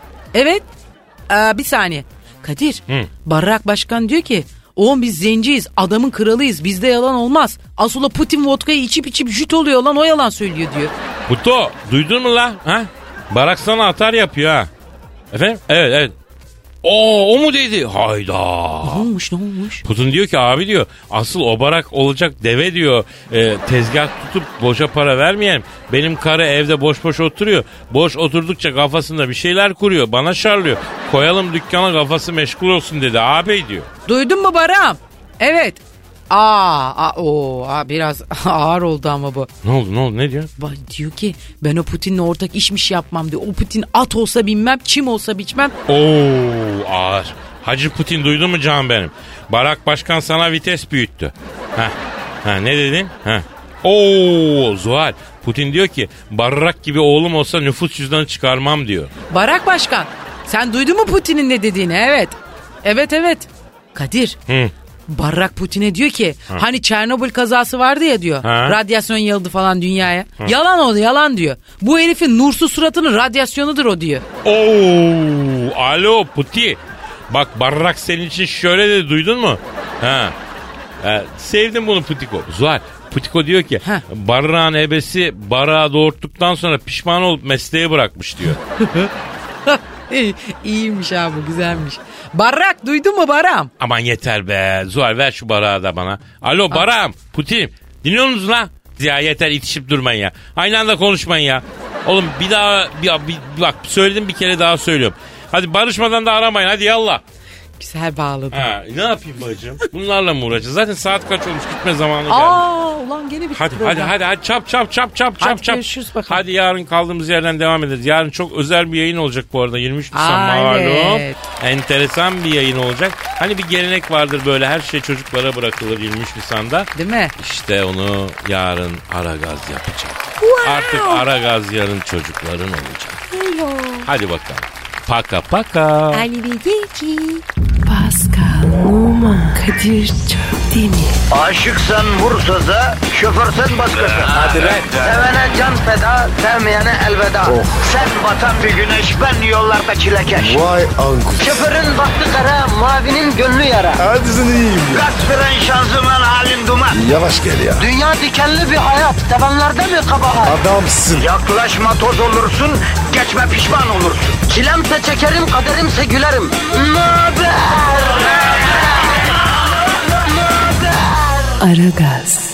Bir saniye. Kadir. Barak Başkan diyor ki oğlum biz zenciyiz, adamın kralıyız, bizde yalan olmaz. Asıl o Putin vodkayı içip jüt oluyor lan, o yalan söylüyor diyor.
Puto duydun mu la? Ha? Barak sana atar yapıyor ha. Efendim? Evet. O mu dedi? Hayda.
Ne olmuş?
Putin diyor ki abi diyor asıl o Barak olacak deve diyor. Tezgah tutup boşa para vermeyelim. Benim karı evde boş oturuyor. Boş oturdukça kafasında bir şeyler kuruyor. Bana şarlıyor. Koyalım dükkana kafası meşgul olsun dedi ağabey diyor.
Duydun mu Barak'ım? Evet. Biraz ağır oldu ama bu.
Ne oldu ne diyor?
Diyor ki ben o Putin'le ortak işmiş yapmam diyor. O Putin at olsa binmem, çim olsa biçmem.
Ağır. Hacı Putin duydun mu canım benim? Barak Başkan sana vites büyüttü. Ne dedin? Zuhal. Putin diyor ki Barak gibi oğlum olsa nüfus cüzdanı çıkarmam diyor.
Barak Başkan sen duydun mu Putin'in ne dediğini? Evet. Kadir. Barak Putin'e diyor ki hani Çernobil kazası vardı ya diyor. Radyasyon yayıldı falan dünyaya. Yalan oldu, yalan diyor. Bu herifin nursuz suratının radyasyonudur o diyor.
Alo Putin. Bak Barak senin için şöyle dedi, duydun mu? Sevdim bunu Putiko. Zuhal. Putiko diyor ki Barak'ın ebesi Barak'ı doğurttuktan sonra pişman olup mesleği bırakmış diyor.
İyiymiş abi, güzelmiş. Barak duydun mu Barak'ım?
Aman yeter be. Zuhal ver şu Barak'ı da bana. Alo Barak'ım. Putin. Dinliyor musunuz la? Ya yeter, itişip durmayın ya. Aynı anda konuşmayın ya. Oğlum bir daha bak söyledim, bir kere daha söylüyorum. Hadi barışmadan da aramayın, hadi yallah.
Güzel bağladın.
Ne yapayım bacım? Bunlarla mı uğraşacağız? Zaten saat kaç olmuş, gitme zamanı geldi.
Ulan gene bitti
Hadi çap.
Görüşürüz bakalım.
Hadi yarın kaldığımız yerden devam ederiz. Yarın çok özel bir yayın olacak bu arada. 23 Nisan malum. Enteresan bir yayın olacak. Hani bir gelenek vardır böyle, her şey çocuklara bırakılır 23 Nisan'da.
Değil mi?
İşte onu yarın Aragaz yapacak. Artık Aragaz yarın çocukların olacak. Hadi bakalım. Paka.
Arrivederci. Pascal, Oman, Kadir çok değil mi?
Aşıksan vursa da, şoförsen başkasın.
Hadi lan.
Sevene can feda, sevmeyene elveda. Sen batan bir güneş, ben yollarda çilekeş.
Vay anku.
Şoförün baktı kara, mavinin gönlü yara.
Hadi sen iyiyim ya.
Kasperen şanzıman halin duman.
Yavaş gel ya.
Dünya dikenli bir hayat, sevenlerde mi kabahar?
Adamsın.
Yaklaşma toz olursun, geçme pişman olursun. Çilemse çekerim, kaderimse gülerim. Möber!
Aragaz.